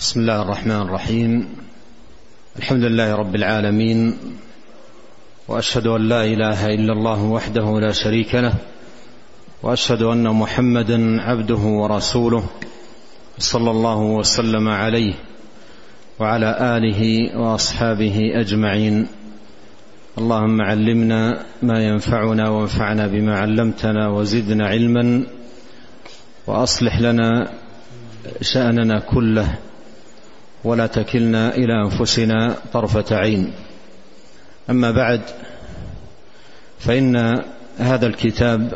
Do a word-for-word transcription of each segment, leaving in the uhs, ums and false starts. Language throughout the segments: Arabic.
بسم الله الرحمن الرحيم. الحمد لله رب العالمين، وأشهد أن لا إله إلا الله وحده لا شريك له، وأشهد أن محمدا عبده ورسوله صلى الله وسلم عليه وعلى آله وأصحابه أجمعين. اللهم علمنا ما ينفعنا وانفعنا بما علمتنا وزدنا علما، وأصلح لنا شأننا كله ولا تكلنا إلى أنفسنا طرفة عين. أما بعد، فإن هذا الكتاب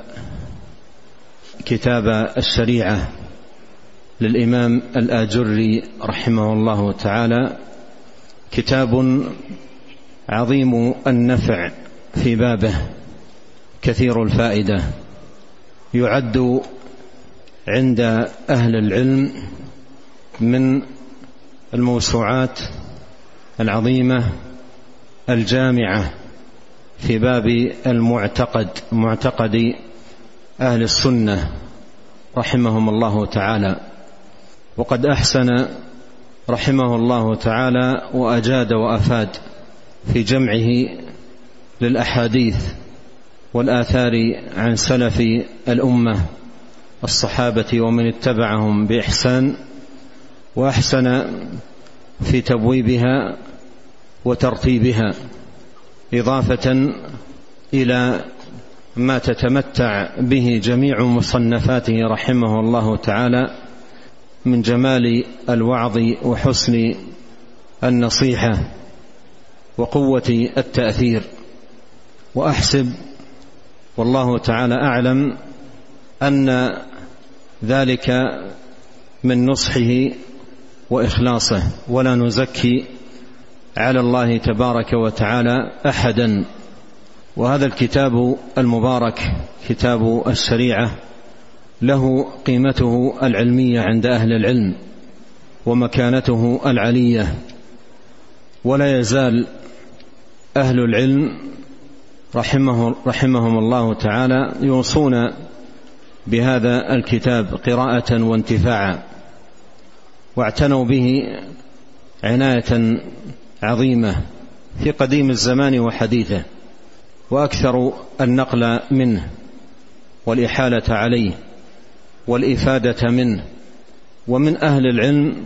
كتاب الشريعة للإمام الآجري رحمه الله تعالى كتاب عظيم النفع في بابه، كثير الفائدة، يعد عند أهل العلم من الموسوعات العظيمة الجامعة في باب المعتقد، معتقد أهل السنة رحمهم الله تعالى. وقد أحسن رحمه الله تعالى وأجاد وأفاد في جمعه للأحاديث والآثار عن سلف الأمة الصحابة ومن اتبعهم بإحسان، وأحسن في تبويبها وترتيبها، إضافة إلى ما تتمتع به جميع مصنفاته رحمه الله تعالى من جمال الوعظ وحسن النصيحة وقوة التأثير. وأحسب والله تعالى أعلم أن ذلك من نصحه وإخلاصه، ولا نزكي على الله تبارك وتعالى أحدا. وهذا الكتاب المبارك كتاب الشريعة له قيمته العلمية عند أهل العلم ومكانته العلية، ولا يزال أهل العلم رحمه رحمهم الله تعالى يوصون بهذا الكتاب قراءة وانتفاعا، واعتنوا به عناية عظيمة في قديم الزمان وحديثه، وأكثر النقل منه والإحالة عليه والإفادة منه. ومن أهل العلم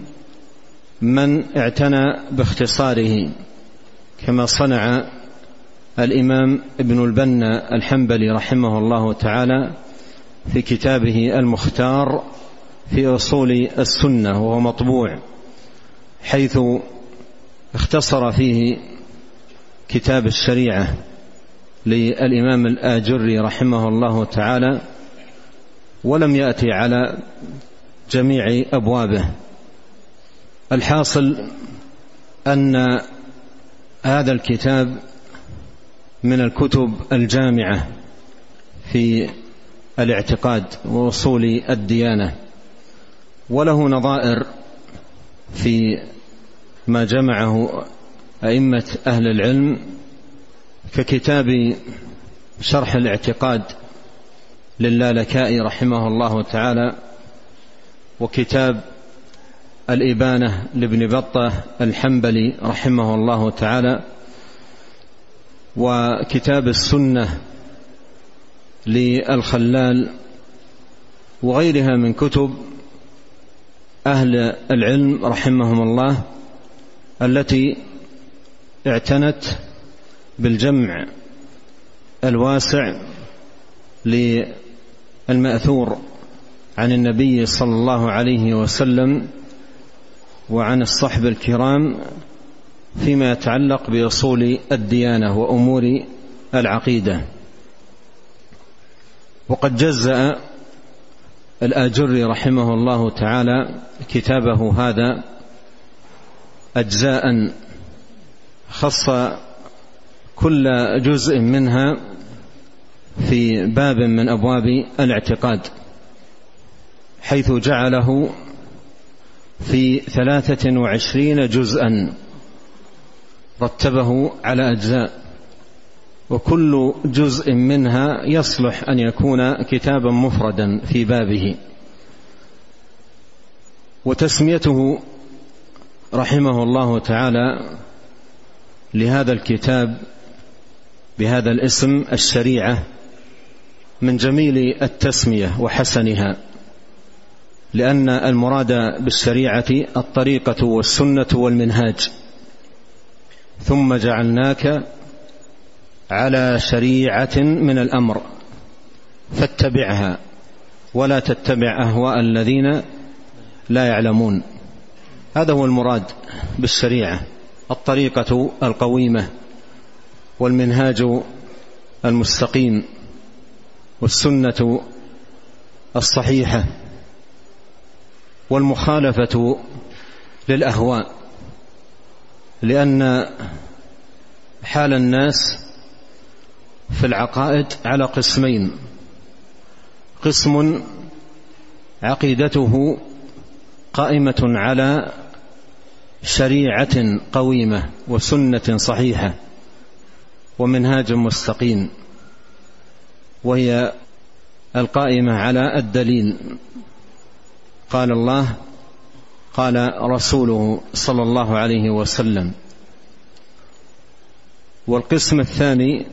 من اعتنى باختصاره، كما صنع الإمام ابن البنا الحنبلي رحمه الله تعالى في كتابه المختار في أصول السنة، وهو مطبوع، حيث اختصر فيه كتاب الشريعة للإمام الآجري رحمه الله تعالى، ولم يأتي على جميع أبوابه. الحاصل أن هذا الكتاب من الكتب الجامعة في الاعتقاد وأصول الديانة، وله نظائر في ما جمعه أئمة أهل العلم، ككتاب شرح الاعتقاد للالكائي رحمه الله تعالى، وكتاب الإبانة لابن بطة الحنبلي رحمه الله تعالى، وكتاب السنة للخلال، وغيرها من كتب أهل العلم رحمهم الله التي اعتنت بالجمع الواسع للمأثور عن النبي صلى الله عليه وسلم وعن الصحب الكرام فيما يتعلق بأصول الديانة وأمور العقيدة. وقد جزأ الآجري رحمه الله تعالى كتابه هذا أجزاء، خص كل جزء منها في باب من أبواب الاعتقاد، حيث جعله في ثلاثة وعشرين جزءا، رتبه على أجزاء، وكل جزء منها يصلح أن يكون كتابا مفردا في بابه. وتسميته رحمه الله تعالى لهذا الكتاب بهذا الاسم الشريعة من جميل التسمية وحسنها، لأن المراد بالشريعة الطريقة والسنة والمنهاج. ثم جعلناك على شريعة من الأمر فاتبعها ولا تتبع أهواء الذين لا يعلمون. هذا هو المراد بالشريعة، الطريقة القويمة والمنهاج المستقيم والسنة الصحيحة والمخالفة للأهواء، لأن حال الناس في العقائد على قسمين: قسم عقيدته قائمة على شريعة قويمة وسنة صحيحة ومنهاج مستقيم، وهي القائمة على الدليل، قال الله قال رسوله صلى الله عليه وسلم. والقسم الثاني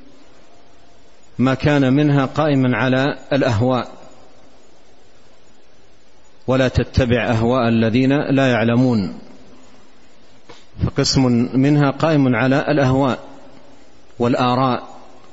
ما كان منها قائما على الأهواء، ولا تتبع أهواء الذين لا يعلمون. فقسم منها قائم على الأهواء والآراء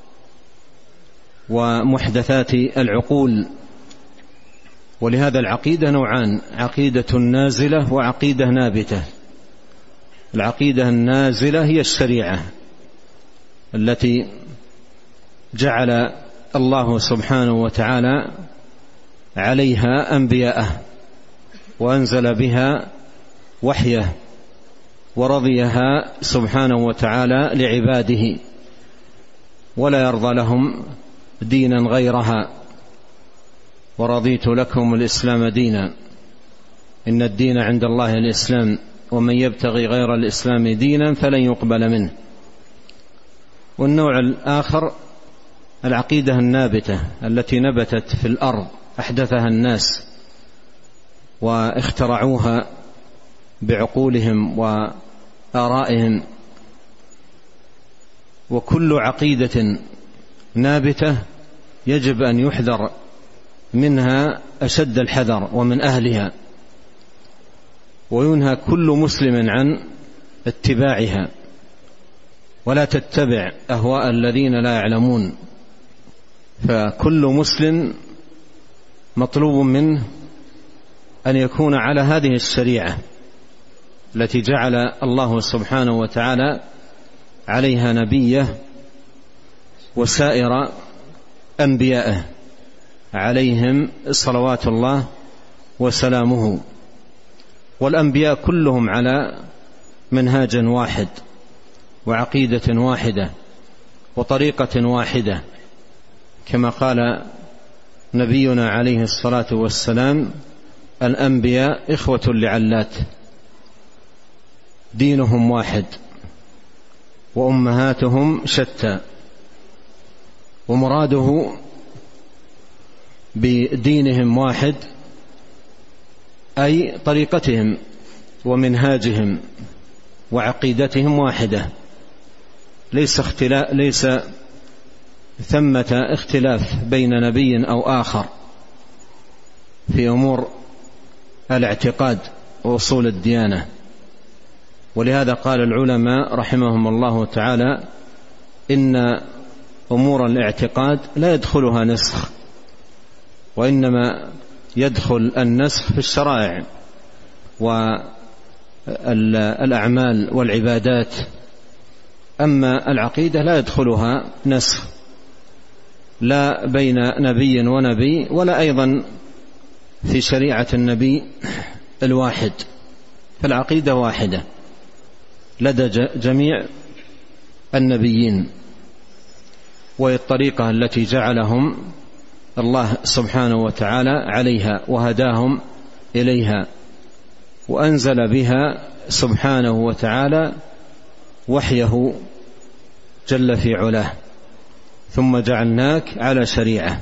ومحدثات العقول. ولهذا العقيدة نوعان: عقيدة نازلة وعقيدة نابتة. العقيدة النازلة هي الشريعة التي جعل الله سبحانه وتعالى عليها أنبياءه وأنزل بها وحيه ورضيها سبحانه وتعالى لعباده، ولا يرضى لهم دينا غيرها. ورضيت لكم الإسلام دينا، إن الدين عند الله الإسلام، ومن يبتغي غير الإسلام دينا فلن يقبل منه. والنوع الآخر العقيدة النابتة التي نبتت في الأرض، أحدثها الناس واخترعوها بعقولهم وآرائهم. وكل عقيدة نابتة يجب أن يحذر منها أشد الحذر ومن أهلها، وينهى كل مسلم عن اتباعها، ولا تتبع أهواء الذين لا يعلمون. فكل مسلم مطلوب منه أن يكون على هذه الشريعة التي جعل الله سبحانه وتعالى عليها نبيه وسائر أنبيائه عليهم صلوات الله وسلامه. والأنبياء كلهم على منهاج واحد وعقيدة واحدة وطريقة واحدة، كما قال نبينا عليه الصلاة والسلام: الأنبياء إخوة لعلات، دينهم واحد وأمهاتهم شتى. ومراده بدينهم واحد أي طريقتهم ومنهاجهم وعقيدتهم واحدة، ليس اختلاف ليس ثمة اختلاف بين نبي أو آخر في أمور الاعتقاد وأصول الديانة. ولهذا قال العلماء رحمهم الله تعالى: إن أمور الاعتقاد لا يدخلها نسخ، وإنما يدخل النسخ في الشرائع والأعمال والعبادات. أما العقيدة لا يدخلها نسخ، لا بين نبي ونبي، ولا أيضا في شريعة النبي الواحد. فالعقيدة واحدة لدى جميع النبيين، وهي الطريقة التي جعلهم الله سبحانه وتعالى عليها وهداهم إليها، وأنزل بها سبحانه وتعالى وحيه جل في علاه. ثم جعلناك على شريعة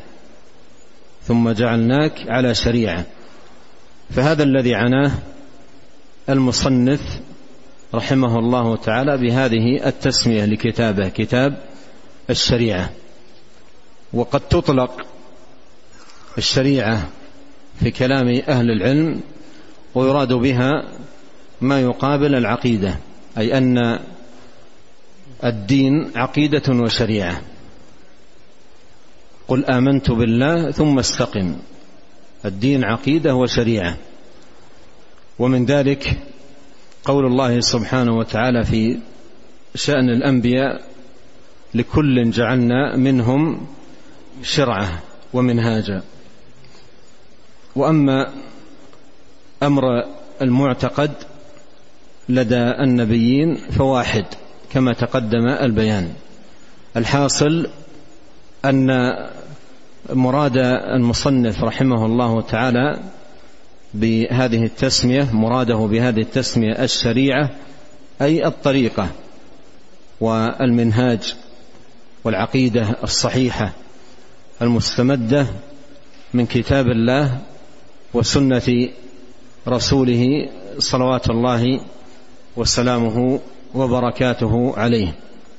ثم جعلناك على شريعة فهذا الذي عناه المصنف رحمه الله تعالى بهذه التسمية لكتابه كتاب الشريعة. وقد تطلق الشريعة في كلام أهل العلم ويراد بها ما يقابل العقيدة، أي أن الدين عقيدة وشريعة. قل آمنت بالله ثم استقم، الدين عقيدة وشريعة. ومن ذلك قول الله سبحانه وتعالى في شأن الأنبياء لكل جعلنا منهم شرعة ومنهاجا. وأما أمر المعتقد لدى النبيين فواحد كما تقدم البيان. الحاصل أن مراد المصنف رحمه الله تعالى بهذه التسمية، مراده بهذه التسمية الشريعة، أي الطريقة والمنهاج والعقيدة الصحيحة المستمدة من كتاب الله وسنة رسوله صلوات الله وسلامه وبركاته عليه.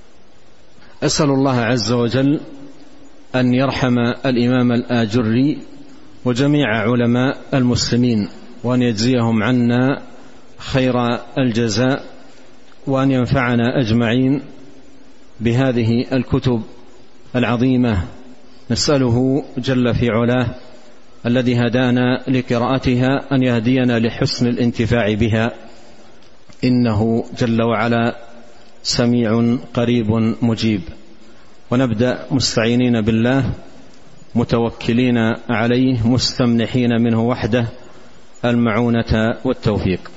أسأل الله عز وجل أن يرحم الإمام الآجري وجميع علماء المسلمين، وأن يجزيهم عنا خير الجزاء، وأن ينفعنا أجمعين بهذه الكتب العظيمة. نسأله جل في علاه الذي هدانا لقراءتها أن يهدينا لحسن الانتفاع بها، إنه جل وعلا سميع قريب مجيب. ونبدأ مستعينين بالله متوكلين عليه مستمنحين منه وحده المعونة والتوفيق.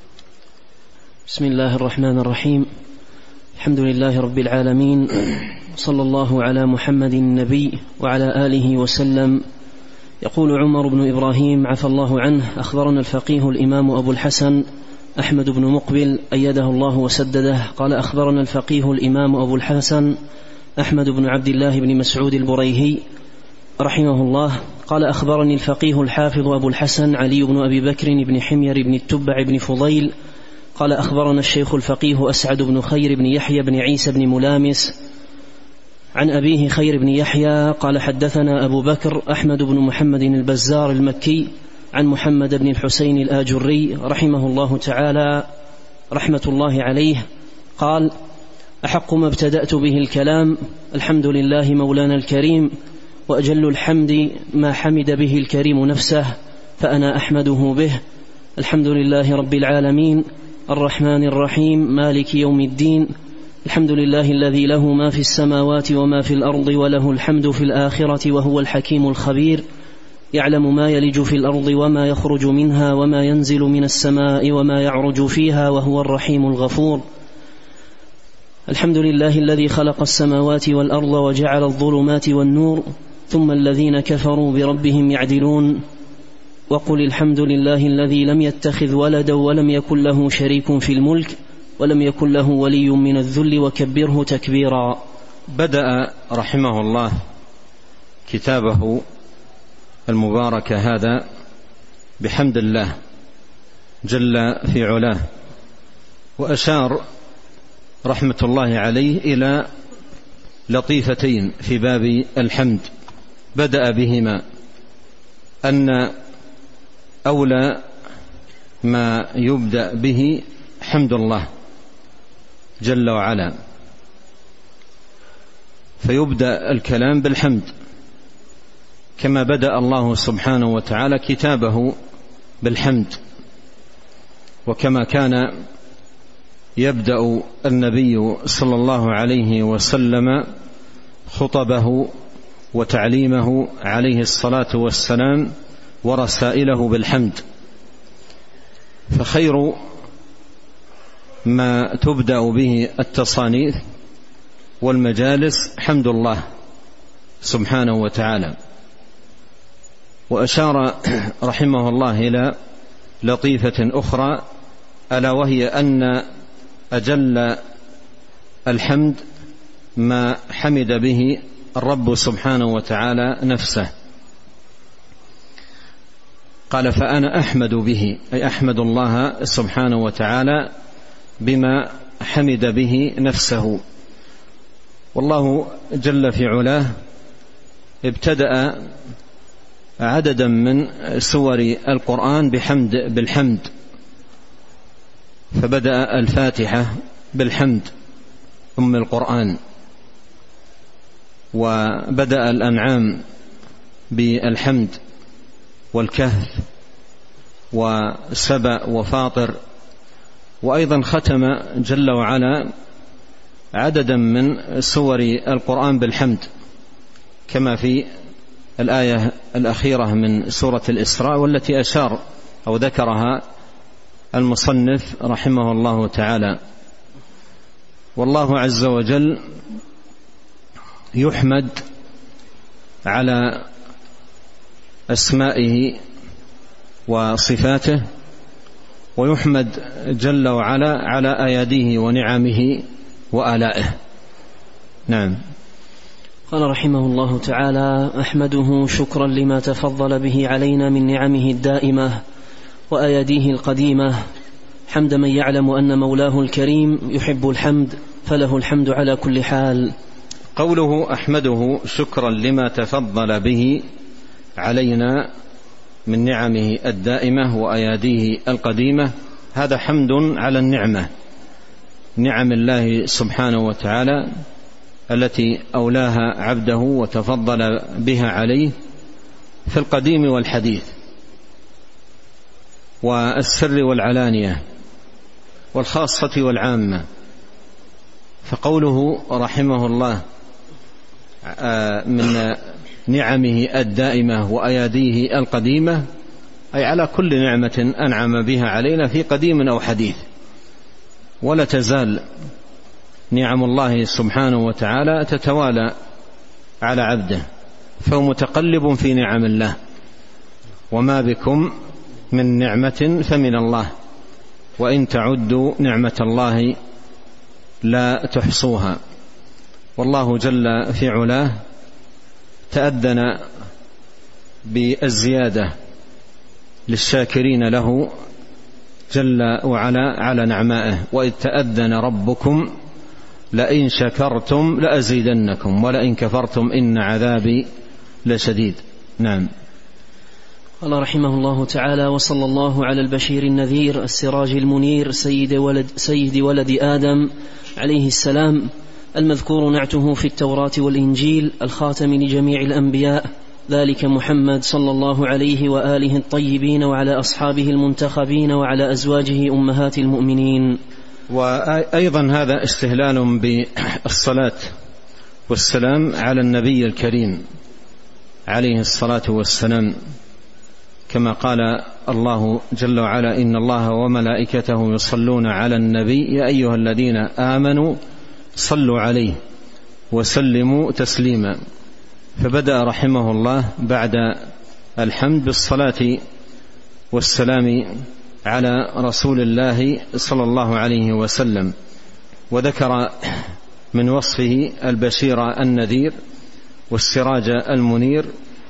بسم الله الرحمن الرحيم. الحمد لله رب العالمين، صلى الله على محمد النبي وعلى آله وسلم. يقول عمر بن إبراهيم عفى الله عنه: أخبرنا الفقيه الإمام أبو الحسن أحمد بن مقبل أيده الله وسدده قال: أخبرنا الفقيه الإمام أبو الحسن أحمد بن عبد الله بن مسعود البريهي رحمه الله قال: أخبرني الفقيه الحافظ أبو الحسن علي بن أبي بكر بن حمير بن التبع بن فضيل قال: أخبرنا الشيخ الفقيه أسعد بن خير بن يحيى بن عيسى بن ملامس عن أبيه خير بن يحيى قال: حدثنا أبو بكر أحمد بن محمد البزار المكي عن محمد بن الحسين الآجري رحمه الله تعالى رحمة الله عليه قال: أحق ما ابتدأت به الكلام الحمد لله مولانا الكريم، وأجل الحمد ما حمد به الكريم نفسه، فأنا أحمده به. الحمد لله رب العالمين الرحمن الرحيم مالك يوم الدين. الحمد لله الذي له ما في السماوات وما في الأرض، وله الحمد في الآخرة، وهو الحكيم الخبير. يعلم ما يلج في الأرض وما يخرج منها، وما ينزل من السماء وما يعرج فيها، وهو الرحيم الغفور. الحمد لله الذي خلق السماوات والأرض وجعل الظلمات والنور، ثم الذين كفروا بربهم يعدلون. وقل الحمد لله الذي لم يتخذ ولدا ولم يكن له شريك في الملك ولم يكن له ولي من الذل وكبره تكبيرا. بدأ رحمه الله كتابه المبارك هذا بحمد الله جل في علاه، وأشار رحمة الله عليه إلى لطيفتين في باب الحمد بدأ بهما: أن أولى ما يبدأ به حمد الله جل وعلا، فيبدأ الكلام بالحمد كما بدأ الله سبحانه وتعالى كتابه بالحمد، وكما كان يبدأ النبي صلى الله عليه وسلم خطبه وتعليمه عليه الصلاة والسلام ورسائله بالحمد. فخير ما تبدأ به التصانيف والمجالس حمد الله سبحانه وتعالى. وأشار رحمه الله إلى لطيفة أخرى، ألا وهي أن أجل الحمد ما حمد به الرب سبحانه وتعالى نفسه. قال فأنا أحمد به، أي أحمد الله سبحانه وتعالى بما حمد به نفسه. والله جل في علاه ابتدأ عددا من سور القرآن بحمد بالحمد، فبدأ الفاتحة بالحمد أم القرآن، وبدأ الأنعام بالحمد، والكهف وسبأ وفاطر، وأيضا ختم جل وعلا عددا من سور القرآن بالحمد كما في الآية الأخيرة من سورة الإسراء، والتي أشار أو ذكرها المصنف رحمه الله تعالى. والله عز وجل يحمد على أسمائه وصفاته، ويحمد جل وعلا على أياديه ونعمه وآلائه. نعم. قال رحمه الله تعالى: أحمده شكرا لما تفضل به علينا من نعمه الدائمة وأياديه القديمة، حمد من يعلم أن مولاه الكريم يحب الحمد، فله الحمد على كل حال. قوله أحمده شكرا لما تفضل به علينا من نعمه الدائمة وأياديه القديمة، هذا حمد على النعمة، نعم الله سبحانه وتعالى التي أولاها عبده وتفضل بها عليه في القديم والحديث والسر والعلانية والخاصة والعامة. فقوله رحمه الله من نعمه الدائمة وأياديه القديمة، أي على كل نعمة أنعم بها علينا في قديم أو حديث، ولا تزال نعم الله سبحانه وتعالى تتوالى على عبده، فهو متقلب في نعم الله، وما بكم من نعمة فمن الله، وإن تعدوا نعمة الله لا تحصوها. والله جل في علاه تأذن بالزيادة للشاكرين له جل وعلا على نعمائه، وإذ تأذن ربكم لئن شكرتم لأزيدنكم ولئن كفرتم إن عذابي لشديد. نعم. قال رحمه الله تعالى: وصلى الله على البشير النذير السراج المنير سيد ولد, سيد ولد آدم عليه السلام، المذكور نعته في التوراة والإنجيل، الخاتم لجميع الأنبياء، ذلك محمد صلى الله عليه وآله الطيبين وعلى أصحابه المنتخبين وعلى أزواجه أمهات المؤمنين. وأيضا هذا استهلال بالصلاة والسلام على النبي الكريم عليه الصلاة والسلام، كما قال الله جل وعلا: إن الله وملائكته يصلون على النبي يا أيها الذين آمنوا صلوا عليه وسلموا تسليما. فبدأ رحمه الله بعد الحمد بالصلاة والسلام على رسول الله صلى الله عليه وسلم، وذكر من وصفه البشير النذير والسراج المنير،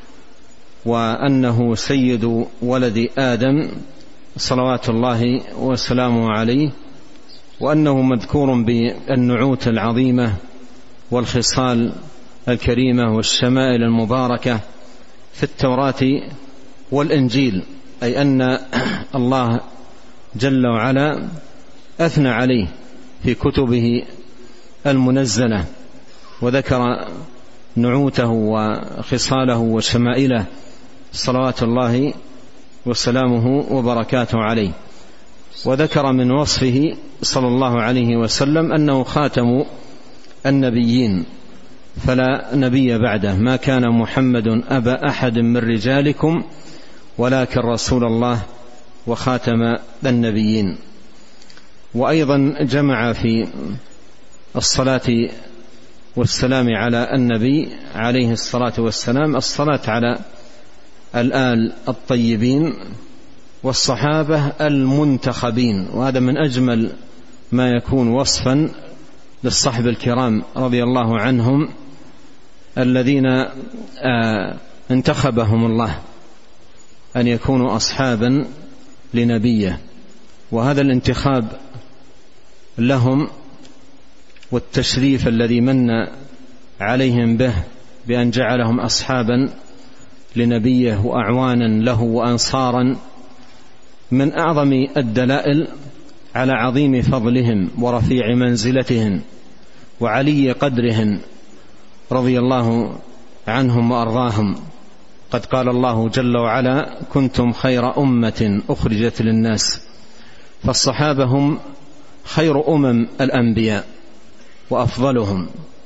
وأنه سيد ولد آدم صلوات الله وسلامه عليه، وأنه مذكور بالنعوت العظيمة والخصال الكريمة والشمائل المباركة في التوراة والإنجيل، أي أن الله جل وعلا أثنى عليه في كتبه المنزلة، وذكر نعوته وخصاله وشمائله صلوات الله وسلامه وبركاته عليه. وذكر من وصفه صلى الله عليه وسلم أنه خاتم النبيين فلا نبي بعده، ما كان محمد أبا أحد من رجالكم ولكن رسول الله وخاتم النبيين. وأيضا جمع في الصلاة والسلام على النبي عليه الصلاة والسلام الصلاة على الآل الطيبين والصحابة المنتخبين، وهذا من أجمل ما يكون وصفا للصحب الكرام رضي الله عنهم الذين انتخبهم الله أن يكونوا أصحابا لنبيه، وهذا الانتخاب لهم والتشريف الذي من عليهم به بأن جعلهم أصحابا لنبيه وأعوانا له وأنصارا من أعظم الدلائل على عظيم فضلهم ورفيع منزلتهم وعلي قدرهم رضي الله عنهم وأرضاهم. قد قال الله جل وعلا: كنتم خير أمة أخرجت للناس. فالصحابة هم خير أمم الأنبياء وأفضلهم.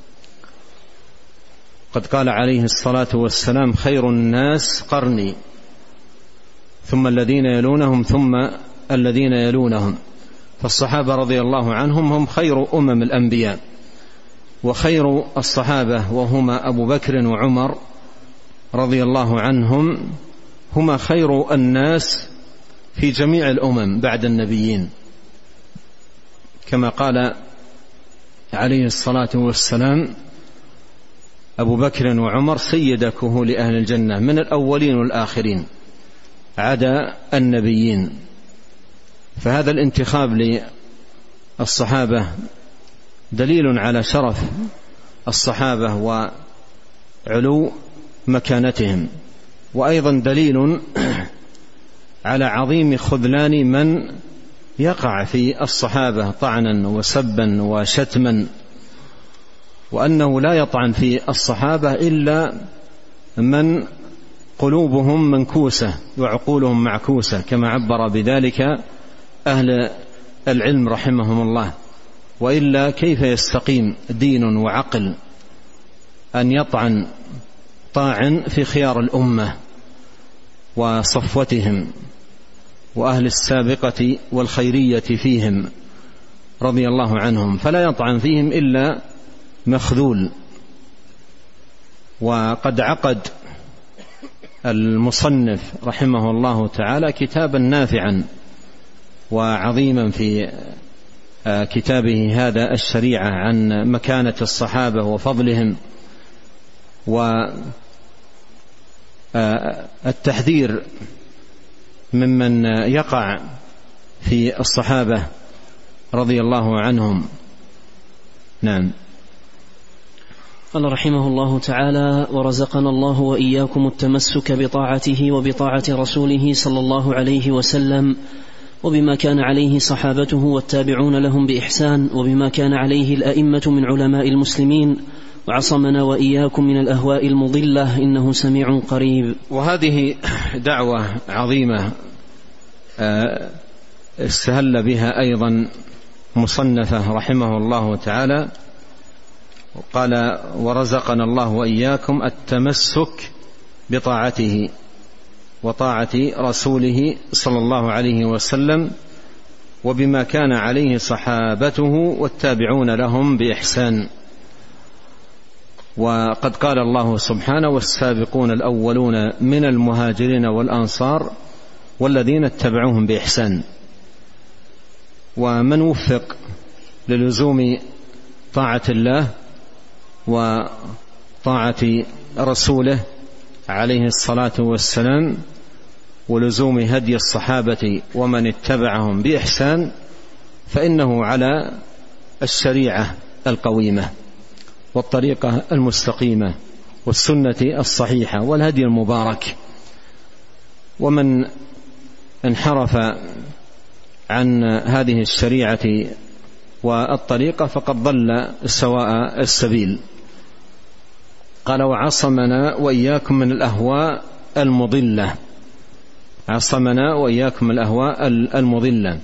قد قال عليه الصلاة والسلام: خير الناس قرني ثم الذين يلونهم ثم الذين يلونهم. فالصحابة رضي الله عنهم هم خير أمم الأنبياء، وخير الصحابة وهما أبو بكر وعمر رضي الله عنهم هما خير الناس في جميع الأمم بعد النبيين، كما قال عليه الصلاة والسلام: أبو بكر وعمر سيد كهول أهل الجنة من الأولين والآخرين عدا النبيين. فهذا الانتخاب للصحابة دليل على شرف الصحابة وعلو مكانتهم، وأيضا دليل على عظيم خذلان من يقع في الصحابة طعنا وسبا وشتما، وأنه لا يطعن في الصحابة إلا من قلوبهم منكوسة وعقولهم معكوسة، كما عبر بذلك أهل العلم رحمهم الله. وإلا كيف يستقيم دين وعقل أن يطعن طاعن في خيار الأمة وصفوتهم وأهل السابقة والخيرية فيهم رضي الله عنهم؟ فلا يطعن فيهم إلا مخذول. وقد عقد المصنف رحمه الله تعالى كتابا نافعا وعظيما في كتابه هذا الشريعة عن مكانة الصحابة وفضلهم والتحذير ممن يقع في الصحابة رضي الله عنهم. نعم. قال رحمه الله تعالى: ورزقنا الله وإياكم التمسك بطاعته وبطاعة رسوله صلى الله عليه وسلم، وبما كان عليه صحابته والتابعون لهم بإحسان، وبما كان عليه الأئمة من علماء المسلمين، وعصمنا وإياكم من الأهواء المضلة، إنه سميع قريب. وهذه دعوة عظيمة استهل بها أيضا مصنفه رحمه الله تعالى، قال: ورزقنا الله وإياكم التمسك بطاعته وطاعة رسوله صلى الله عليه وسلم، وبما كان عليه صحابته والتابعون لهم بإحسان. وقد قال الله سبحانه: والسابقون الأولون من المهاجرين والأنصار والذين اتبعوهم بإحسان. ومن وفق للزوم طاعة الله وطاعة رسوله عليه الصلاة والسلام ولزوم هدي الصحابة ومن اتبعهم بإحسان، فإنه على الشريعة القويمة والطريقة المستقيمة والسنة الصحيحة والهدي المبارك. ومن انحرف عن هذه الشريعة والطريقة فقد ضل سواء السبيل. قال: وعصمنا وإياكم من الأهواء المضلة. عصمنا وإياكم من الأهواء المضلة.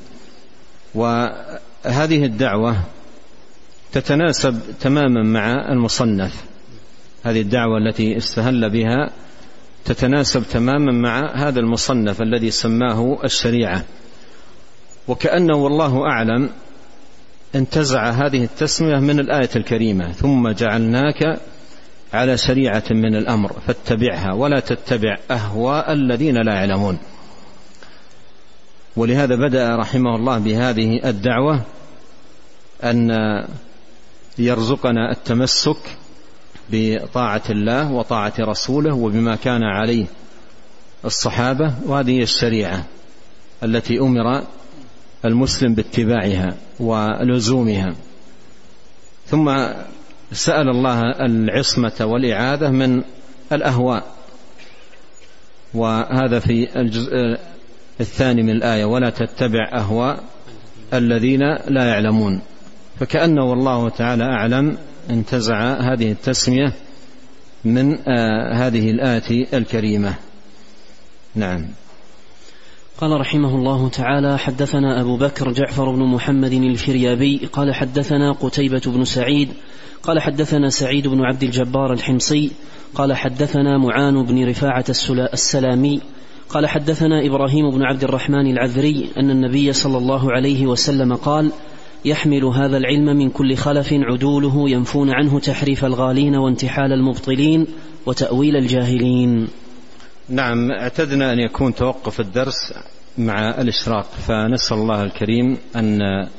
وهذه الدعوة تتناسب تماما مع المصنف، هذه الدعوة التي استهل بها تتناسب تماما مع هذا المصنف الذي سماه الشريعة، وكأنه والله أعلم انتزع هذه التسمية من الآية الكريمة: ثم جعلناك على شريعة من الأمر فاتبعها ولا تتبع أهواء الذين لا يعلمون. ولهذا بدأ رحمه الله بهذه الدعوة أن يرزقنا التمسك بطاعة الله وطاعة رسوله وبما كان عليه الصحابة، وهذه الشريعة التي أمر المسلم باتباعها ولزومها. ثم سأل الله العصمة والإعاذة من الأهواء، وهذا في الجزء الثاني من الآية: ولا تتبع أهواء الذين لا يعلمون. فكأنه والله تعالى أعلم انتزع هذه التسمية من آه هذه الآية الكريمة. نعم. قال رحمه الله تعالى: حدثنا أبو بكر جعفر بن محمد الفريابي قال حدثنا قتيبة بن سعيد قال حدثنا سعيد بن عبد الجبار الحمصي قال حدثنا معان بن رفاعة السلامي قال حدثنا إبراهيم بن عبد الرحمن العذري أن النبي صلى الله عليه وسلم قال: يحمل هذا العلم من كل خلف عدوله ينفون عنه تحريف الغالين وانتحال المبطلين وتأويل الجاهلين. نعم، اعتدنا أن يكون توقف الدرس مع الإشراق، فنسأل الله الكريم أن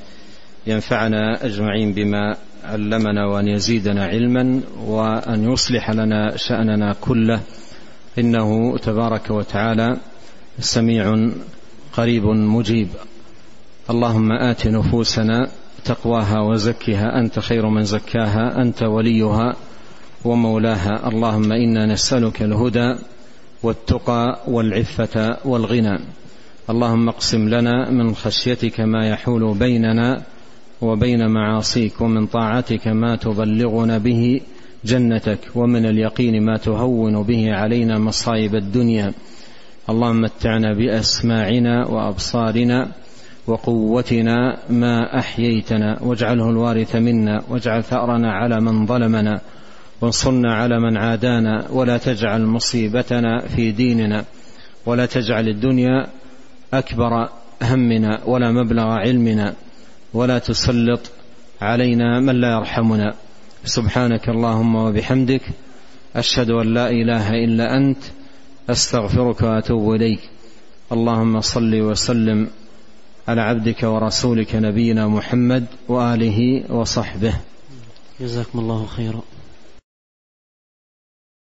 ينفعنا أجمعين بما علمنا وأن يزيدنا علما وأن يصلح لنا شأننا كله، إنه تبارك وتعالى سميع قريب مجيب. اللهم آت نفوسنا تقواها وزكها أنت خير من زكاها أنت وليها ومولاها. اللهم إنا نسألك الهدى والتقى والعفة والغنى. اللهم اقسم لنا من خشيتك ما يحول بيننا وبين معاصيك، ومن طاعتك ما تبلغنا به جنتك، ومن اليقين ما تهون به علينا مصائب الدنيا. اللهم متعنا بأسماعنا وأبصارنا وقوتنا ما أحييتنا، واجعله الوارث منا، واجعل ثأرنا على من ظلمنا، وانصرنا على من عادانا، ولا تجعل مصيبتنا في ديننا، ولا تجعل الدنيا أكبر همنا ولا مبلغ علمنا، ولا تسلط علينا من لا يرحمنا. سبحانك اللهم وبحمدك، أشهد أن لا إله إلا أنت، أستغفرك وأتوب إليك. اللهم صل وسلم على عبدك ورسولك نبينا محمد وآله وصحبه. جزاكم الله خيرا.